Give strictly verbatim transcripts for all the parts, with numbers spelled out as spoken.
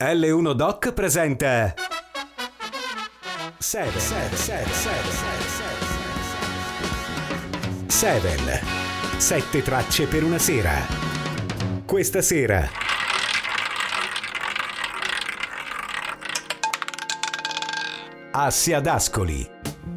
L uno Doc presenta Seven. Seven. Seven. Seven. Sette tracce per una sera. Questa sera Assia D'Ascoli.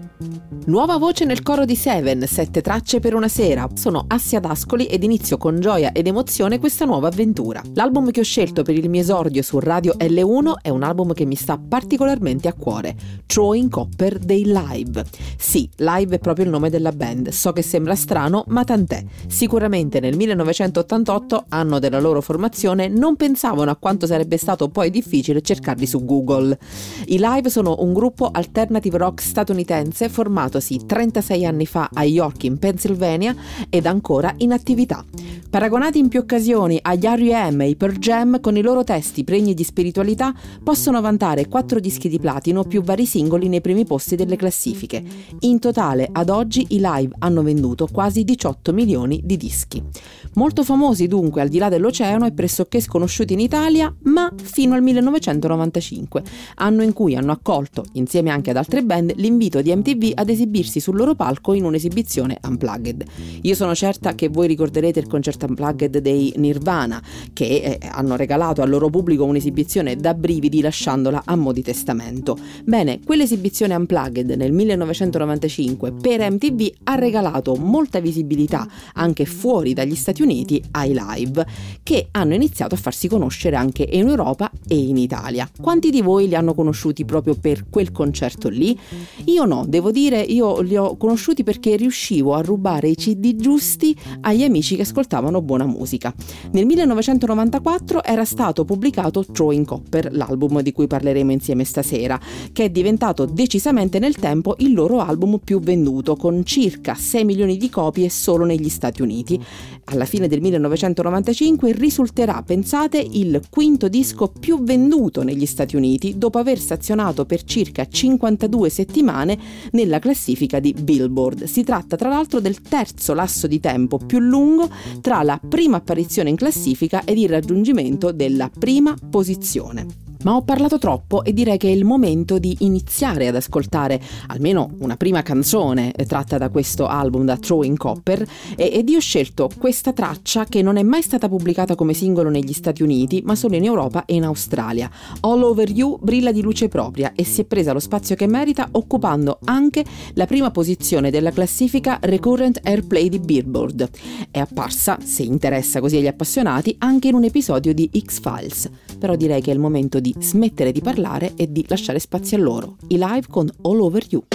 Nuova voce nel coro di Seven, sette tracce per una sera. Sono Assia D'Ascoli ed inizio con gioia ed emozione questa nuova avventura. L'album che ho scelto per il mio esordio su Radio L uno è un album che mi sta particolarmente a cuore, Throwing Copper dei Live. Sì, Live è proprio il nome della band, so che sembra strano, ma tant'è. Sicuramente nel millenovecentottantotto, anno della loro formazione, non pensavano a quanto sarebbe stato poi difficile cercarli su Google. I Live sono un gruppo alternative rock statunitense formatosi trentasei anni fa a York in Pennsylvania ed ancora in attività. Paragonati in più occasioni agli R E M e i Pearl Jam, con i loro testi pregni di spiritualità possono vantare quattro dischi di platino più vari singoli nei primi posti delle classifiche. In totale ad oggi i Live hanno venduto quasi diciotto milioni di dischi. Molto famosi dunque al di là dell'oceano e pressoché sconosciuti in Italia, ma fino al millenovecentonovantacinque, anno in cui hanno accolto, insieme anche ad altre band, l'invito di M T V ad esibirsi sul loro palco in un'esibizione unplugged. Io sono certa che voi ricorderete il concerto unplugged dei Nirvana, che eh, hanno regalato al loro pubblico un'esibizione da brividi lasciandola a mo' di testamento. Bene, quell'esibizione unplugged nel millenovecentonovantacinque per M T V ha regalato molta visibilità anche fuori dagli Stati Uniti ai Live, che hanno iniziato a farsi conoscere anche in Europa e in Italia. Quanti di voi li hanno conosciuti proprio per quel concerto lì? Io no, devo dire, io li ho conosciuti perché riuscivo a rubare i C D giusti agli amici che ascoltavano buona musica. Nel millenovecentonovantaquattro era stato pubblicato Throwing Copper, l'album di cui parleremo insieme stasera, che è diventato decisamente nel tempo il loro album più venduto, con circa sei milioni di copie solo negli Stati Uniti. Alla fine del millenovecentonovantacinque risulterà, pensate, il quinto disco più venduto negli Stati Uniti, dopo aver stazionato per circa cinquantadue settimane nella classifica di Billboard. Si tratta tra l'altro del terzo lasso di tempo più lungo tra la prima apparizione in classifica ed il raggiungimento della prima posizione. Ma ho parlato troppo e direi che è il momento di iniziare ad ascoltare almeno una prima canzone tratta da questo album, da Throwing Copper, e, ed io ho scelto questa traccia che non è mai stata pubblicata come singolo negli Stati Uniti, ma solo in Europa e in Australia. All Over You brilla di luce propria e si è presa lo spazio che merita, occupando anche la prima posizione della classifica Recurrent Airplay di Billboard. È apparsa, se interessa così agli appassionati, anche in un episodio di X-Files. Però direi che è il momento di smettere di parlare e di lasciare spazio a loro. I Live con All Over You.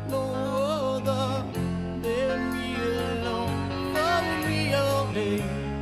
Day.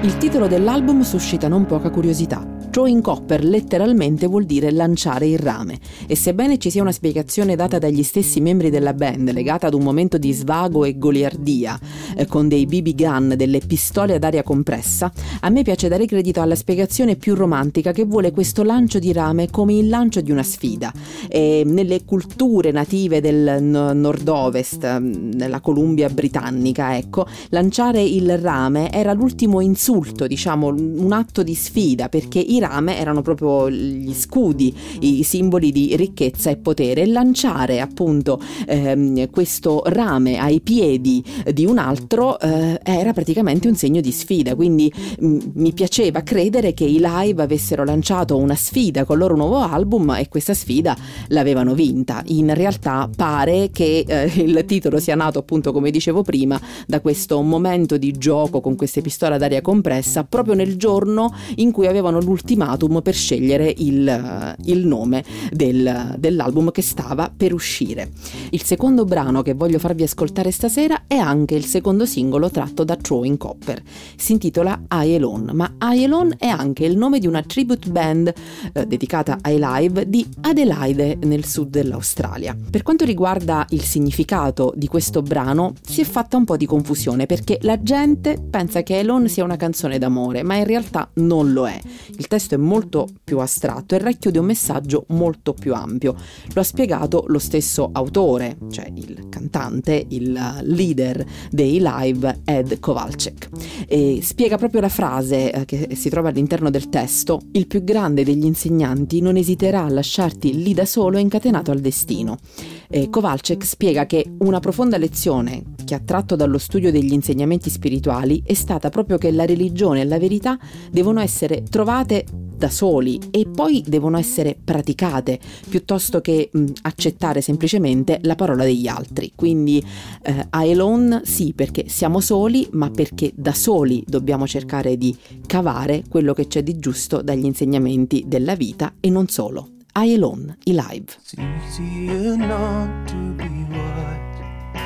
Il titolo dell'album suscita non poca curiosità. Throwing Copper letteralmente vuol dire lanciare il rame, e sebbene ci sia una spiegazione data dagli stessi membri della band legata ad un momento di svago e goliardia eh, con dei B B gun, delle pistole ad aria compressa, a me piace dare credito alla spiegazione più romantica che vuole questo lancio di rame come il lancio di una sfida. E nelle culture native del no- nord-ovest, nella Columbia britannica, ecco, lanciare il rame era l'ultimo insulto, diciamo, un atto di sfida, perché i rame erano proprio gli scudi, i simboli di ricchezza e potere, e lanciare appunto ehm, questo rame ai piedi di un altro eh, era praticamente un segno di sfida. Quindi mh, mi piaceva credere che i Live avessero lanciato una sfida con il loro nuovo album e questa sfida l'avevano vinta. In realtà pare che eh, il titolo sia nato, appunto come dicevo prima, da questo momento di gioco con queste pistole ad aria compressa proprio nel giorno in cui avevano l'ultimatum per scegliere il, il nome del, dell'album che stava per uscire. Il secondo brano che voglio farvi ascoltare stasera è anche il secondo singolo tratto da Throwing Copper. Si intitola I Alone, ma I Alone è anche il nome di una tribute band eh, dedicata ai live di Adelaide nel sud dell'Australia. Per quanto riguarda il significato di questo brano si è fatta un po' di confusione, perché la gente pensa che Alone sia una canzone d'amore, ma in realtà non lo è. Il testo è molto più astratto e racchiude un messaggio molto più ampio. Lo ha spiegato lo stesso autore, cioè il cantante, il leader dei Live, Ed Kowalczyk. E spiega proprio la frase eh, che si trova all'interno del testo: il più grande degli insegnanti non esiterà a lasciarti lì da solo incatenato al destino. E Kowalczyk spiega che una profonda lezione che ha tratto dallo studio degli insegnamenti spirituali è stata proprio che la religione e la verità devono essere trovate da soli e poi devono essere praticate piuttosto che mh, accettare semplicemente la parola degli altri. Quindi eh, I Alone sì, perché siamo soli, ma perché da soli dobbiamo cercare di cavare quello che c'è di giusto dagli insegnamenti della vita, e non solo. I Alone, i Live. It's easier not to be wise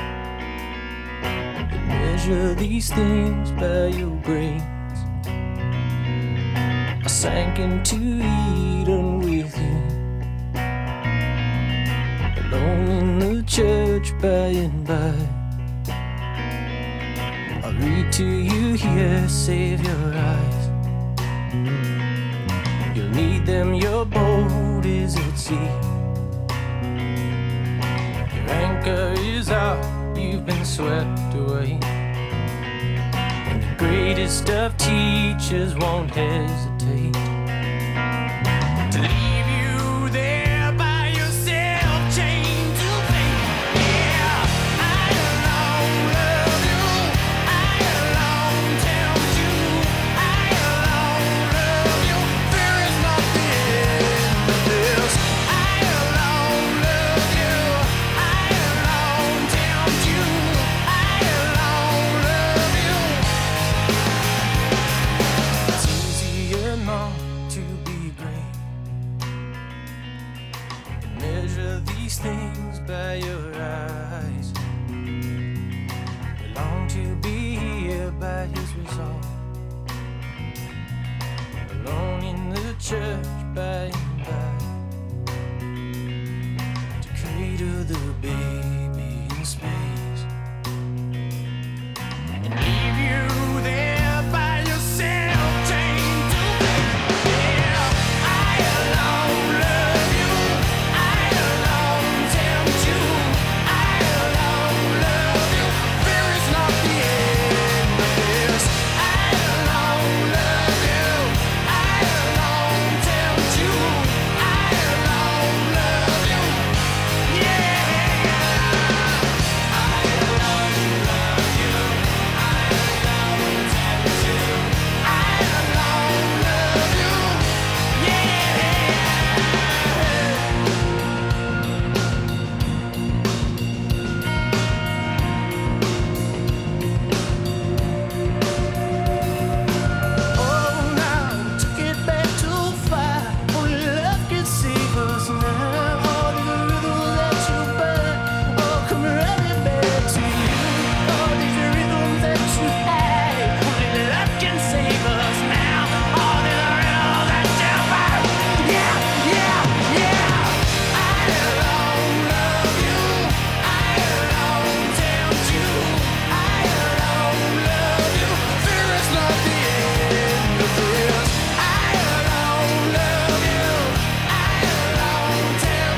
and measure these things by your brains. I sank into Eden with you, alone in the church by and by. I read to you here, save your eyes. You'll need them, your boat is at sea. Your anchor is out, you've been swept away. And the greatest of teachers won't hesitate to leave you there by yourself, chained to fate. Yeah, I alone love you, I alone tempt you, I alone love you. Fear is not the end of this. I alone love you, I alone tempt you, I alone love you. It's easier not to be great. Measure these things by your eyes. We long to be here by his resolve, alone in the church by and by, to cradle the baby in space and leave you there by yourself, chained to fate. Yeah, I alone love you, I alone tempt you, I alone love you. Fear is not the end of this. I alone love you, I alone tempt you, I alone love you. Yeah.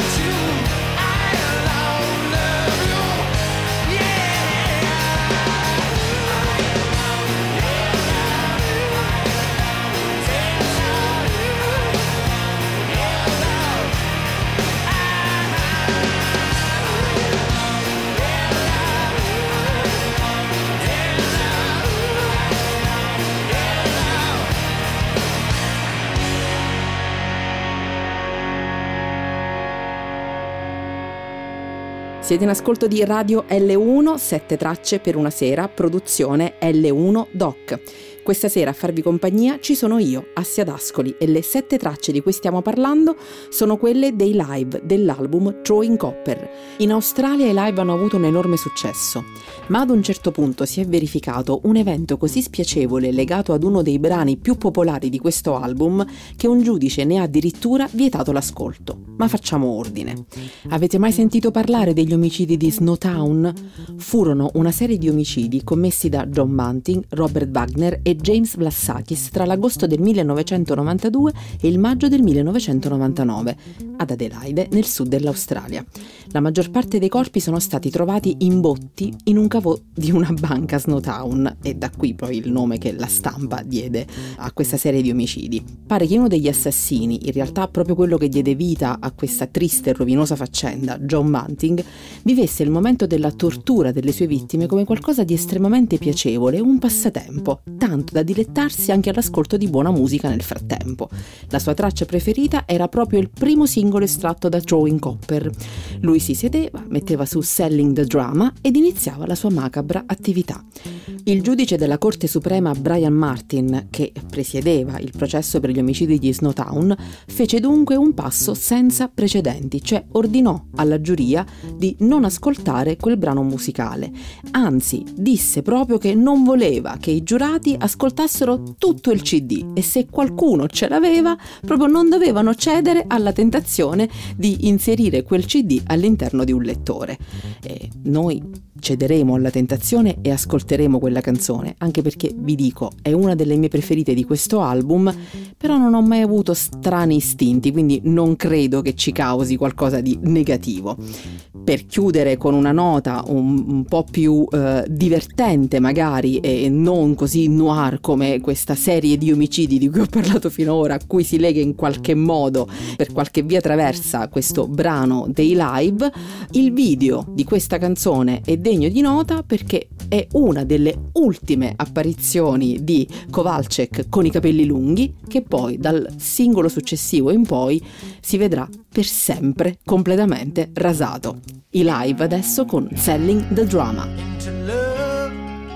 Siete in ascolto di Radio L uno, sette tracce per una sera, produzione L uno Doc. Questa sera a farvi compagnia ci sono io, Assia D'Ascoli, e le sette tracce di cui stiamo parlando sono quelle dei live dell'album Throwing Copper. In Australia i live hanno avuto un enorme successo, ma ad un certo punto si è verificato un evento così spiacevole legato ad uno dei brani più popolari di questo album che un giudice ne ha addirittura vietato l'ascolto. Ma facciamo ordine. Avete mai sentito parlare degli omicidi di Snowtown? Furono una serie di omicidi commessi da John Bunting, Robert Wagner e James Vlassakis tra l'agosto del millenovecentonovantadue e il maggio del millenovecentonovantanove ad Adelaide, nel sud dell'Australia. La maggior parte dei corpi sono stati trovati imbotti in un cavo di una banca a Snowtown, e da qui poi il nome che la stampa diede a questa serie di omicidi. Pare che uno degli assassini, in realtà proprio quello che diede vita a questa triste e rovinosa faccenda, John Bunting, vivesse il momento della tortura delle sue vittime come qualcosa di estremamente piacevole, un passatempo, tanto da dilettarsi anche all'ascolto di buona musica nel frattempo. La sua traccia preferita era proprio il primo singolo estratto da Throwing Copper. Lui si sedeva, metteva su Selling the Drama ed iniziava la sua macabra attività. Il giudice della Corte Suprema Brian Martin, che presiedeva il processo per gli omicidi di Snowtown, fece dunque un passo senza precedenti, cioè ordinò alla giuria di non ascoltare quel brano musicale. Anzi, disse proprio che non voleva che i giurati ascoltassero tutto il C D e se qualcuno ce l'aveva, proprio non dovevano cedere alla tentazione di inserire quel C D all'interno di un lettore. E noi cederemo alla tentazione e ascolteremo quella canzone, anche perché, vi dico, è una delle mie preferite di questo album, però non ho mai avuto strani istinti, quindi non credo che ci causi qualcosa di negativo. Per chiudere con una nota un, un po' più eh, divertente magari e non così noir come questa serie di omicidi di cui ho parlato finora, a cui si lega in qualche modo, per qualche via traversa, questo brano dei live, il video di questa canzone è degno di nota perché è una delle ultime apparizioni di Kowalczyk con i capelli lunghi, che poi dal singolo successivo in poi si vedrà per sempre completamente rasato. I live adesso con Selling the Drama. Into love,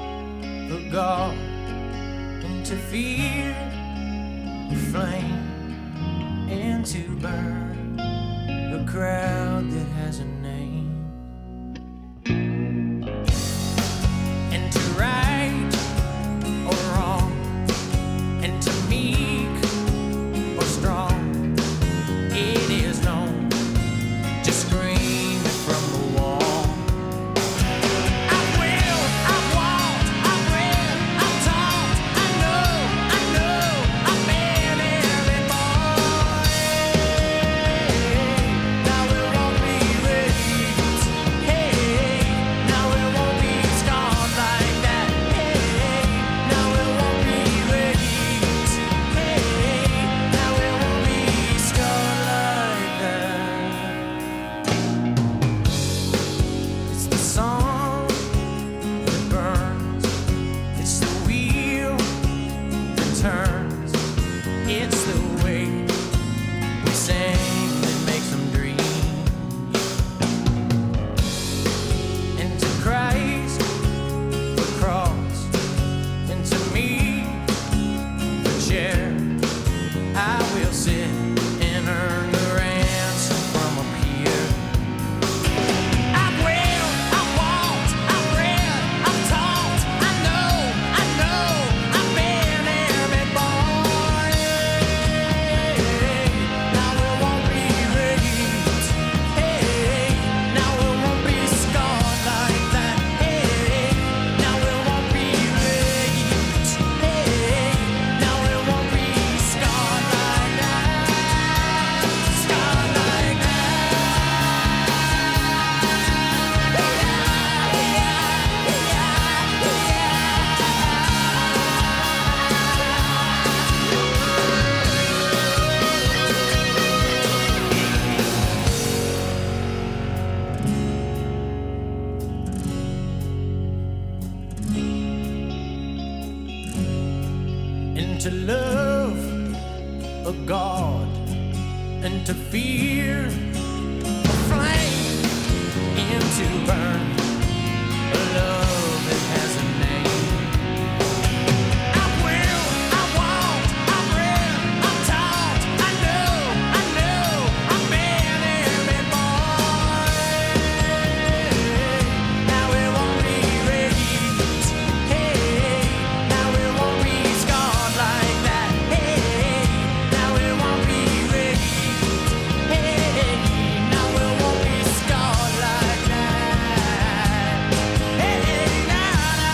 the God, into fear, the flame, and to burn the crowd that has a name, and to right or wrong, and to meek or strong. It is known, just scream it from the wall. I will, I've walked, I've read, I've talked, I know, I know, I've been every boy. Now we'll all be ready. to love a God and to fear a flame and to burn a love that has a name. I will, I won't, I've read, I'm taught, I know, I know, I've been every boy. Now it won't be raped, hey, now it won't be scarred like that, hey, now it won't be raped, hey, now it won't be scarred like that, hey, now,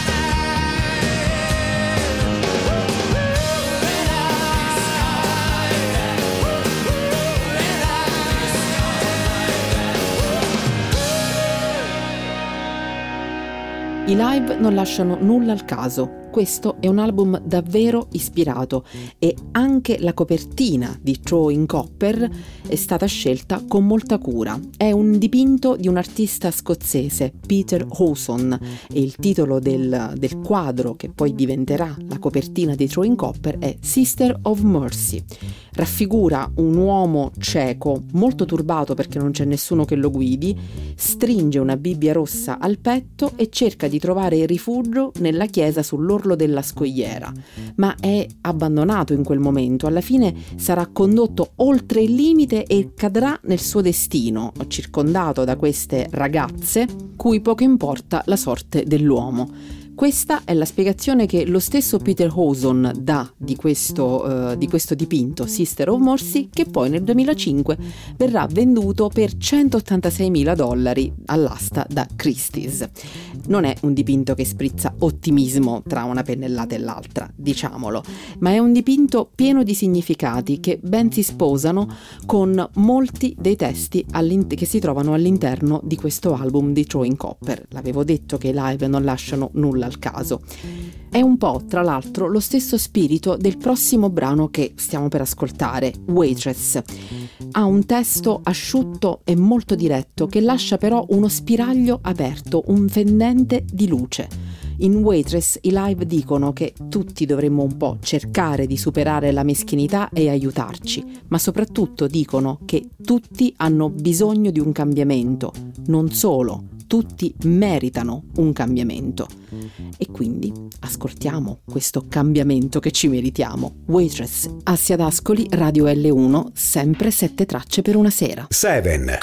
I live non lasciano nulla al caso. Questo è un album davvero ispirato e anche la copertina di Throwing Copper è stata scelta con molta cura. È un dipinto di un artista scozzese, Peter Howson, e il titolo del, del quadro che poi diventerà la copertina di Throwing Copper è Sister of Mercy. Raffigura un uomo cieco, molto turbato perché non c'è nessuno che lo guidi, stringe una Bibbia rossa al petto e cerca di trovare rifugio nella chiesa sull'orlo della scogliera, ma è abbandonato in quel momento. Alla fine sarà condotto oltre il limite e cadrà nel suo destino, circondato da queste ragazze cui poco importa la sorte dell'uomo. Questa è la spiegazione che lo stesso Peter Howson dà di questo, uh, di questo dipinto, Sister of Mercy, che poi nel duemilacinque verrà venduto per centottantaseimila dollari all'asta da Christie's. Non è un dipinto che sprizza ottimismo tra una pennellata e l'altra, diciamolo, ma è un dipinto pieno di significati che ben si sposano con molti dei testi che si trovano all'interno di questo album di Throwing Copper. L'avevo detto che i live non lasciano nulla al caso. È un po', tra l'altro, lo stesso spirito del prossimo brano che stiamo per ascoltare, Waitress. Ha un testo asciutto e molto diretto che lascia però uno spiraglio aperto, un fendente di luce. In Waitress i live dicono che tutti dovremmo un po' cercare di superare la meschinità e aiutarci, ma soprattutto dicono che tutti hanno bisogno di un cambiamento, non solo, tutti meritano un cambiamento. E quindi ascoltiamo questo cambiamento che ci meritiamo. Waitress, Assia D'Ascoli, Radio L uno, sempre sette tracce per una sera. Seven.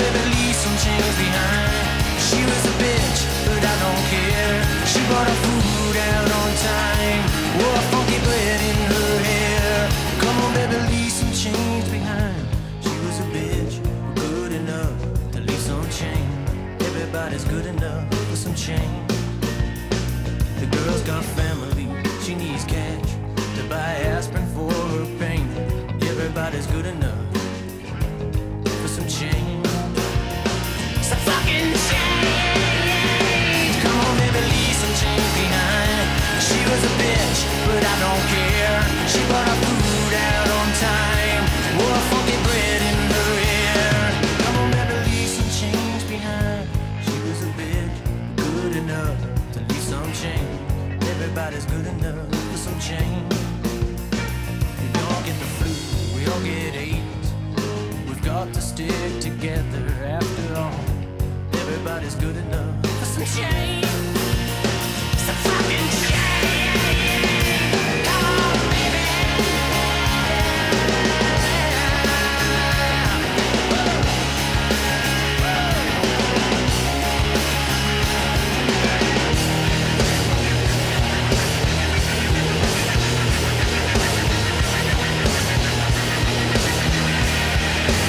Brought her food out on time, wore a funky bread in her hair. Come on baby, leave some change behind. She was a bitch, but good enough to leave some change. Everybody's good enough for some change. The girl's got family, she needs cash to buy aspirin for her pain. Everybody's good enough for some change. Some fucking change. She was a bitch, but I don't care. She brought her food out on time, wore a funky bread in her hair. Come on, baby, leave some change behind. She was a bitch, good enough to leave some change. Everybody's good enough for some change. We all get the flu, we all get AIDS. We've got to stick together after all. Everybody's good enough for some change. Some fucking change.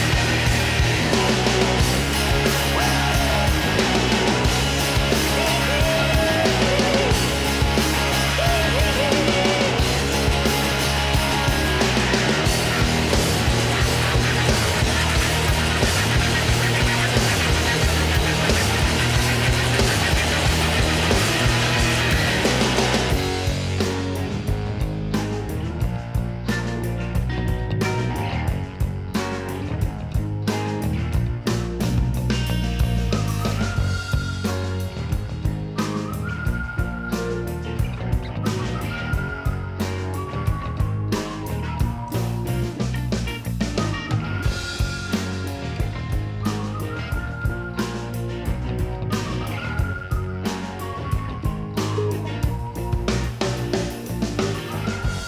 Yeah.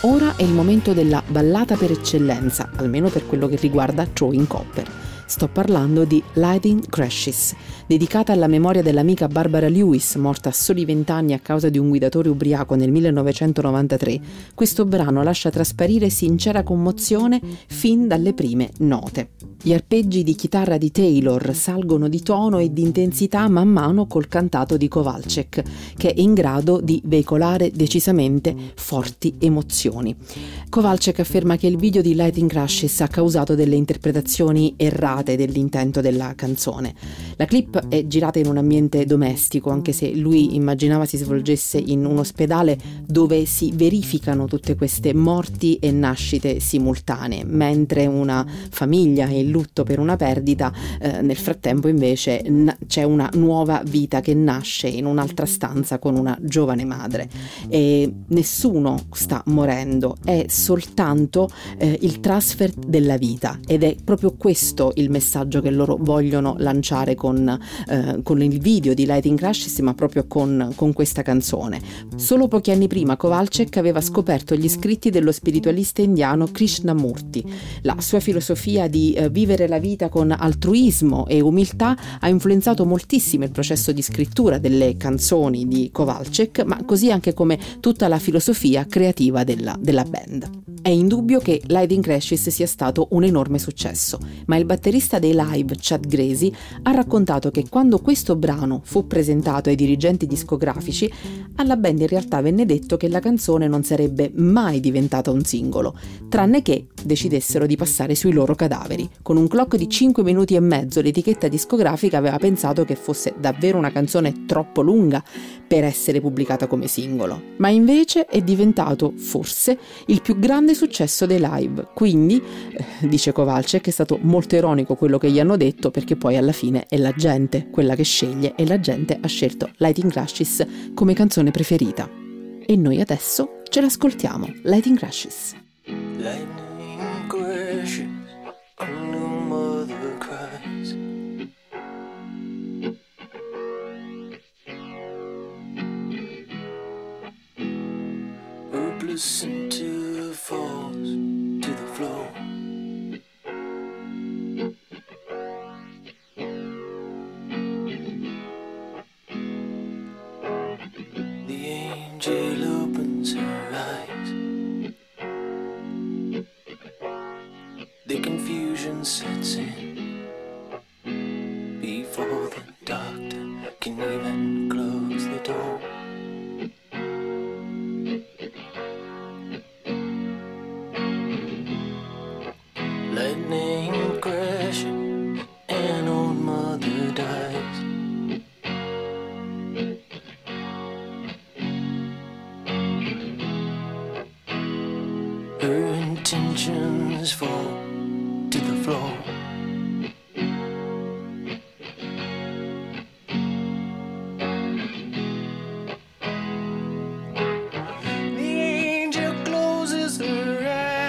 Ora è il momento della ballata per eccellenza, almeno per quello che riguarda Throwing Copper. Sto parlando di Lightning Crashes, dedicata alla memoria dell'amica Barbara Lewis, morta a soli vent'anni a causa di un guidatore ubriaco nel millenovecentonovantatré. Questo brano lascia trasparire sincera commozione fin dalle prime note. Gli arpeggi di chitarra di Taylor salgono di tono e di intensità man mano col cantato di Kowalczyk, che è in grado di veicolare decisamente forti emozioni. Kowalczyk afferma che il video di Lightning Crashes ha causato delle interpretazioni errate dell'intento della canzone. La clip è girata in un ambiente domestico, anche se lui immaginava si svolgesse in un ospedale dove si verificano tutte queste morti e nascite simultanee, mentre una famiglia è in lutto per una perdita, eh, nel frattempo invece n- c'è una nuova vita che nasce in un'altra stanza con una giovane madre, e nessuno sta morendo, è soltanto eh, il transfer della vita, ed è proprio questo il messaggio che loro vogliono lanciare con, eh, con il video di Lightning Crashes, ma proprio con, con questa canzone. Solo pochi anni prima Kowalczyk aveva scoperto gli scritti dello spiritualista indiano Krishnamurti. La sua filosofia di eh, vivere la vita con altruismo e umiltà ha influenzato moltissimo il processo di scrittura delle canzoni di Kowalczyk, ma così anche come tutta la filosofia creativa della, della band. È indubbio che Lightning Crashes sia stato un enorme successo, ma il batterista dei live, Chad Gracey, ha raccontato che quando questo brano fu presentato ai dirigenti discografici, alla band in realtà venne detto che la canzone non sarebbe mai diventata un singolo, tranne che decidessero di passare sui loro cadaveri. Con un clock di cinque minuti e mezzo l'etichetta discografica aveva pensato che fosse davvero una canzone troppo lunga per essere pubblicata come singolo, ma invece è diventato forse il più grande successo dei live. Quindi, eh, dice Kowalczyk, è stato molto ironico quello che gli hanno detto, perché poi alla fine è la gente quella che sceglie, e la gente ha scelto Lightning Crashes come canzone preferita. E noi adesso ce l'ascoltiamo, Lightning Crashes. Lightning crashes, a new mother cries. Hopeless until it falls to the floor. The angel opens her eyes. The confusion sets in before the doctor can even close the door. Lightning crashes, an old mother dies. Her intentions fall to the floor. The angel closes her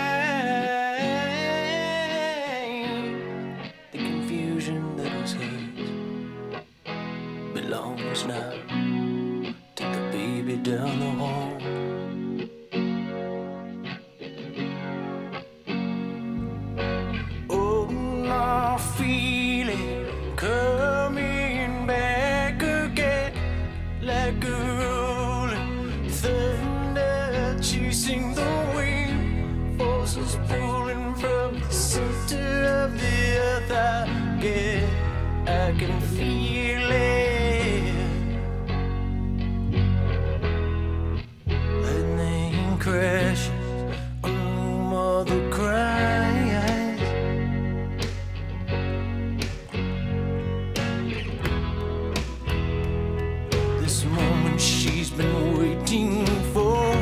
eyes. The confusion that was hers belongs now to the baby down the hall. Coming back again like a rolling thunder, chasing the wind, forces pulling from the center of the earth. I get, I can feel it. Lightning crashes, a new mother cries. This moment she's been waiting for.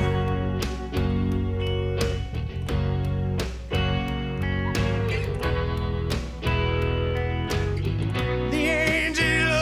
The angel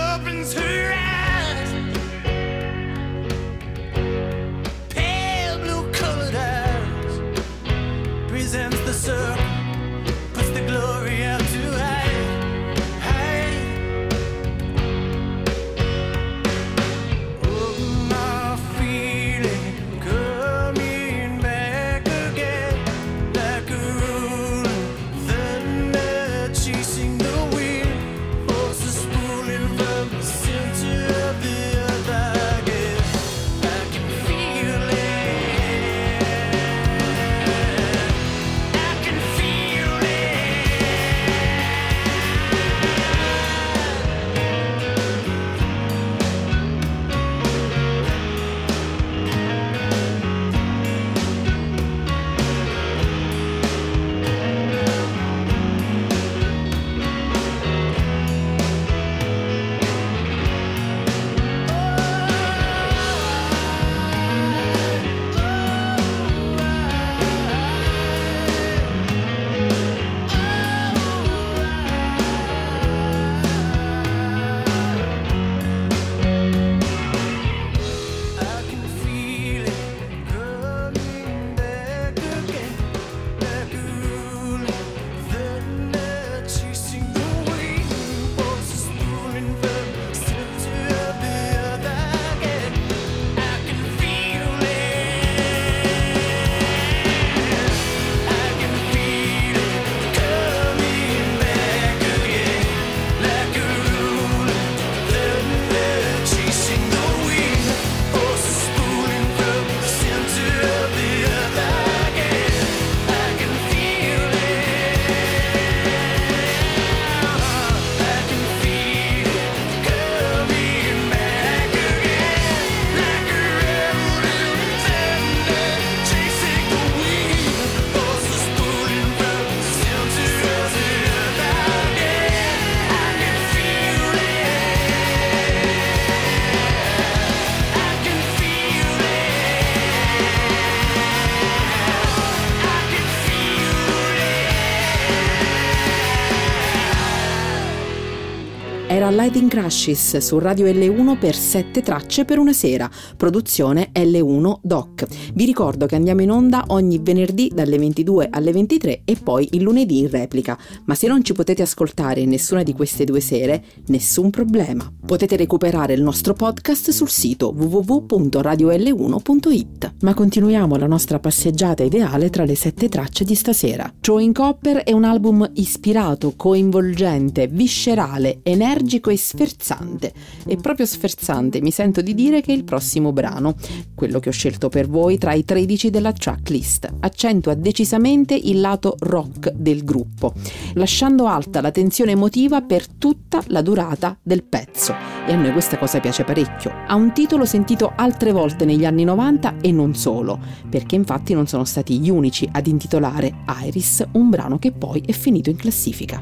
Lighting Crashes su Radio L uno per sette tracce per una sera, produzione L uno Doc. Vi ricordo che andiamo in onda ogni venerdì dalle ventidue alle ventitré e poi il lunedì in replica, ma se non ci potete ascoltare in nessuna di queste due sere, nessun problema. Potete recuperare il nostro podcast sul sito w w w punto radio l uno punto i t. Ma continuiamo la nostra passeggiata ideale tra le sette tracce di stasera. Throwing Copper è un album ispirato, coinvolgente, viscerale, energico e sferzante. E proprio sferzante mi sento di dire che è il prossimo brano, quello che ho scelto per voi tra i tredici della tracklist. Accentua decisamente il lato rock del gruppo, lasciando alta la tensione emotiva per tutta la durata del pezzo. E a noi questa cosa piace parecchio. Ha un titolo sentito altre volte negli anni novanta e non solo, perché infatti non sono stati gli unici ad intitolare Iris un brano che poi è finito in classifica.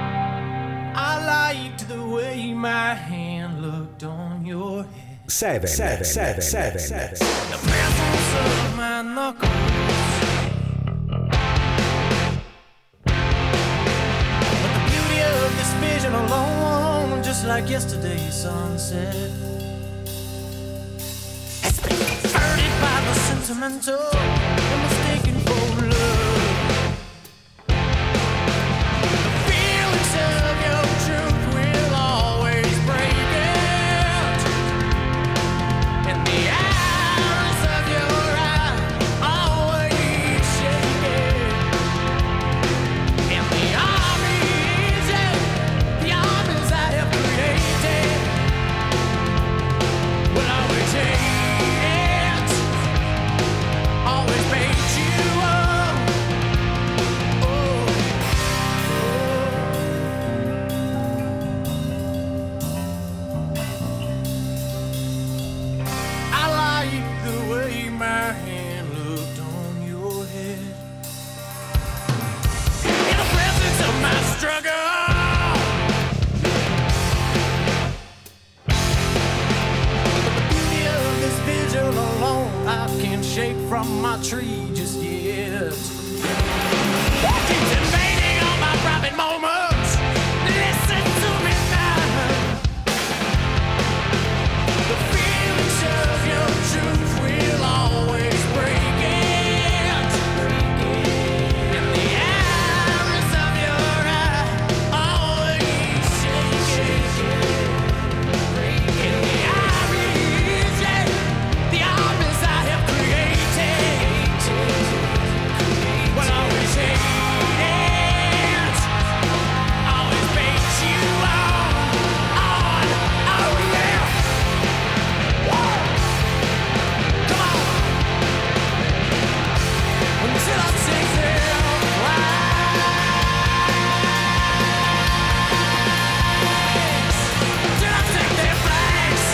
I liked the way my hand looked on your head. Seven, seven, seven, seven, seven. The presence of my knuckles. But the beauty of this vision alone, just like yesterday's sunset, has been perverted by the sentimental and mistaken for love. The feelings of your truth will always break it, and the eyes of your eye always shake it, and the armies, yeah, the armies I have created will always hate it, always bait you up. Oh, I like the way my hand looked on your head. In the presence of my struggle, the beauty of this vision alone, I can't shake from my tree just yet. Keeps invading all my private moments. Listen to me now. The feelings of your truth will always break it, and the arrows of your eye always shake it, and the armies, yeah, the armies I have created will always hate it, always bait you on, on, oh yeah. Come on, until I take them flights, until I take their flags.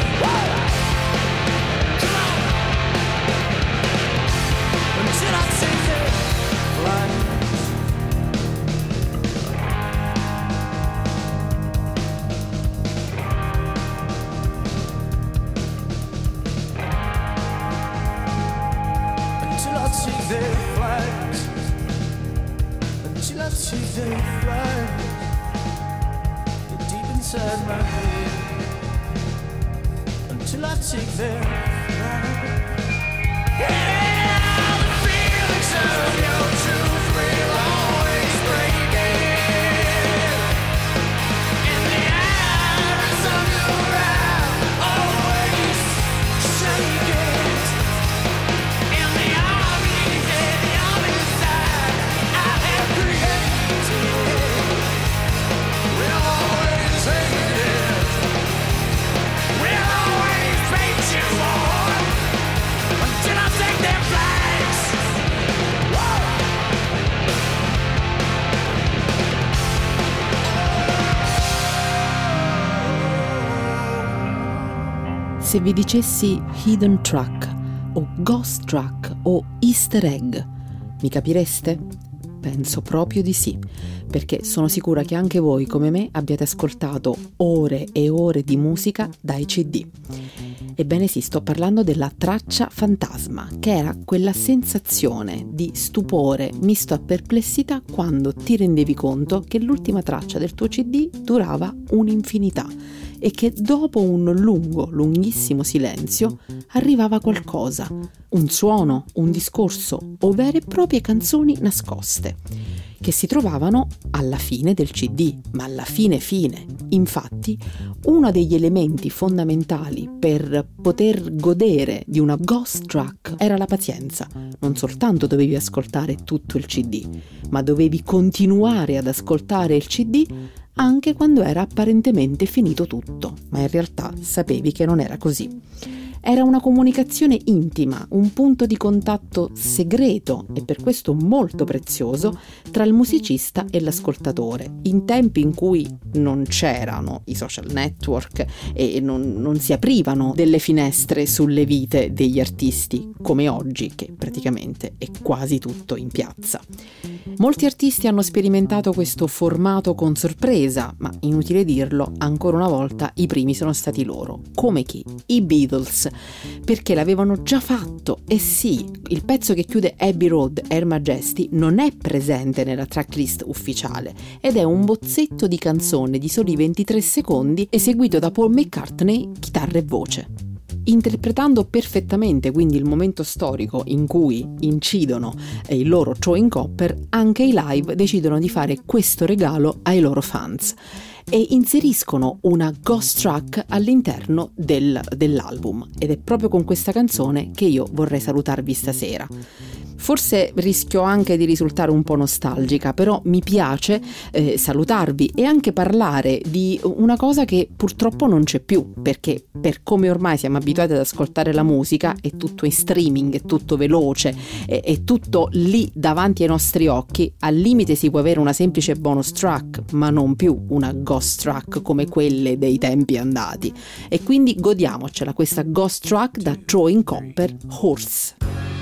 Come on, until I take their flights. Until I take their flags, until I take their flags, get deep inside my head, until I take their flags. Yeah, the feelings of your truth will always break it, and the eyes of your eye always shake it, and the armies, yeah, the armies I have created will always hate it, will always bait you on, until I take their flags. Se vi dicessi Hidden Track o Ghost Track o Easter Egg, mi capireste? Penso proprio di sì, perché sono sicura che anche voi come me abbiate ascoltato ore e ore di musica dai C D. Ebbene sì, sto parlando della traccia fantasma, che era quella sensazione di stupore misto a perplessità quando ti rendevi conto che l'ultima traccia del tuo C D durava un'infinità e che dopo un lungo, lunghissimo silenzio arrivava qualcosa, un suono, un discorso o vere e proprie canzoni nascoste, che si trovavano alla fine del C D, ma alla fine fine. Infatti, uno degli elementi fondamentali per poter godere di una ghost track era la pazienza. Non soltanto dovevi ascoltare tutto il C D, ma dovevi continuare ad ascoltare il C D anche quando era apparentemente finito tutto, ma in realtà sapevi che non era così. Era una comunicazione intima, un punto di contatto segreto e per questo molto prezioso tra il musicista e l'ascoltatore, in tempi in cui non c'erano i social network e non, non si aprivano delle finestre sulle vite degli artisti come oggi, che praticamente è quasi tutto in piazza. Molti artisti hanno sperimentato questo formato con sorpresa, ma inutile dirlo, ancora una volta i primi sono stati loro. Come chi? I Beatles, perché l'avevano già fatto. E sì, il pezzo che chiude Abbey Road, Her Majesty, non è presente nella tracklist ufficiale ed è un bozzetto di canzone di soli ventitré secondi eseguito da Paul McCartney, chitarra e voce. Interpretando perfettamente quindi il momento storico in cui incidono il loro Chewing Copper, anche i live decidono di fare questo regalo ai loro fans e inseriscono una ghost track all'interno del, dell'album, ed è proprio con questa canzone che io vorrei salutarvi stasera. Forse rischio anche di risultare un po' nostalgica, però mi piace eh, salutarvi e anche parlare di una cosa che purtroppo non c'è più, perché per come ormai siamo abituati ad ascoltare la musica, è tutto in streaming, è tutto veloce, è, è tutto lì davanti ai nostri occhi. Al limite si può avere una semplice bonus track, ma non più una ghost track come quelle dei tempi andati. E quindi godiamocela questa ghost track da Chewing Copper, Horse.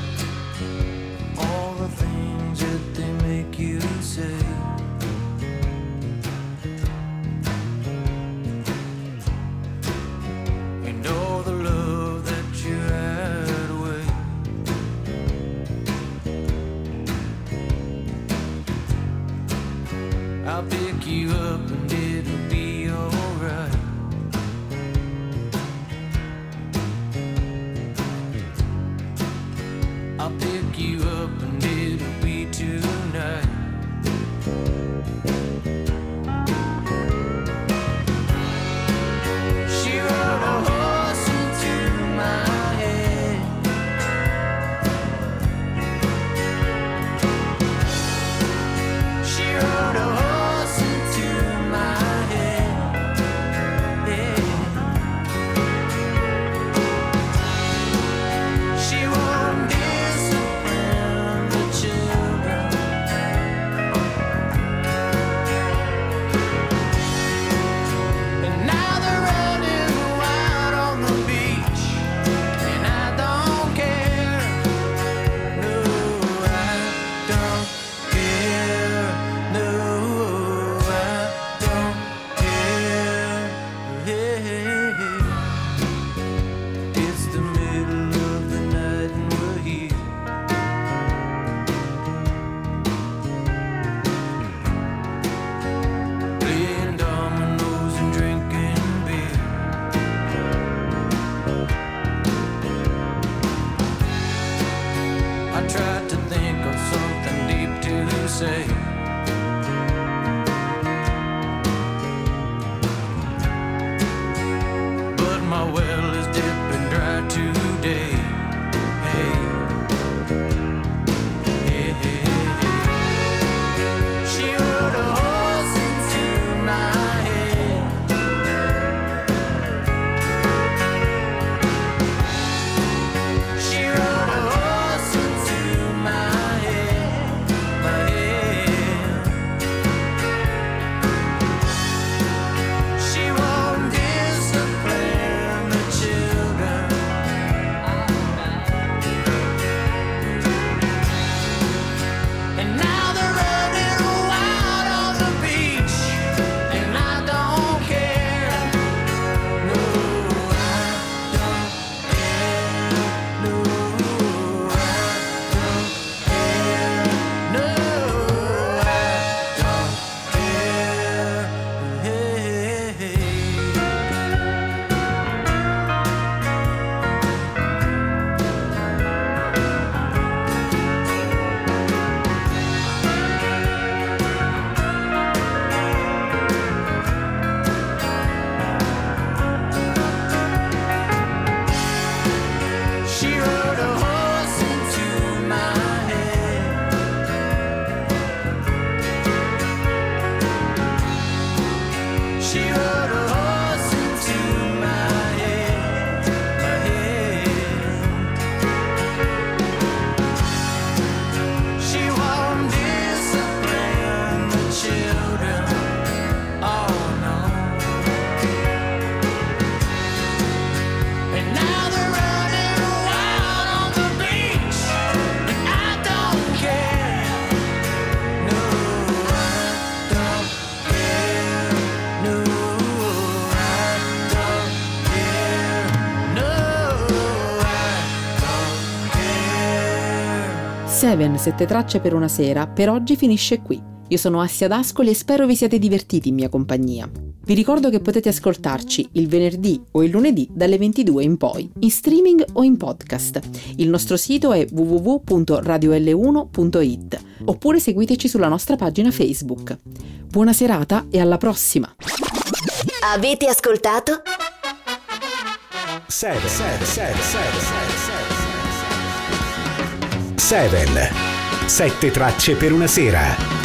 I'll pick you up and it'll be alright. Seven, sette tracce per una sera, per oggi finisce qui. Io sono Assia D'Ascoli e spero vi siate divertiti in mia compagnia. Vi ricordo che potete ascoltarci il venerdì o il lunedì dalle ventidue in poi, in streaming o in podcast. Il nostro sito è w w w punto radio l uno punto i t oppure seguiteci sulla nostra pagina Facebook. Buona serata e alla prossima! Avete ascoltato? Seven, seven, seven, seven, seven, sette tracce per una sera.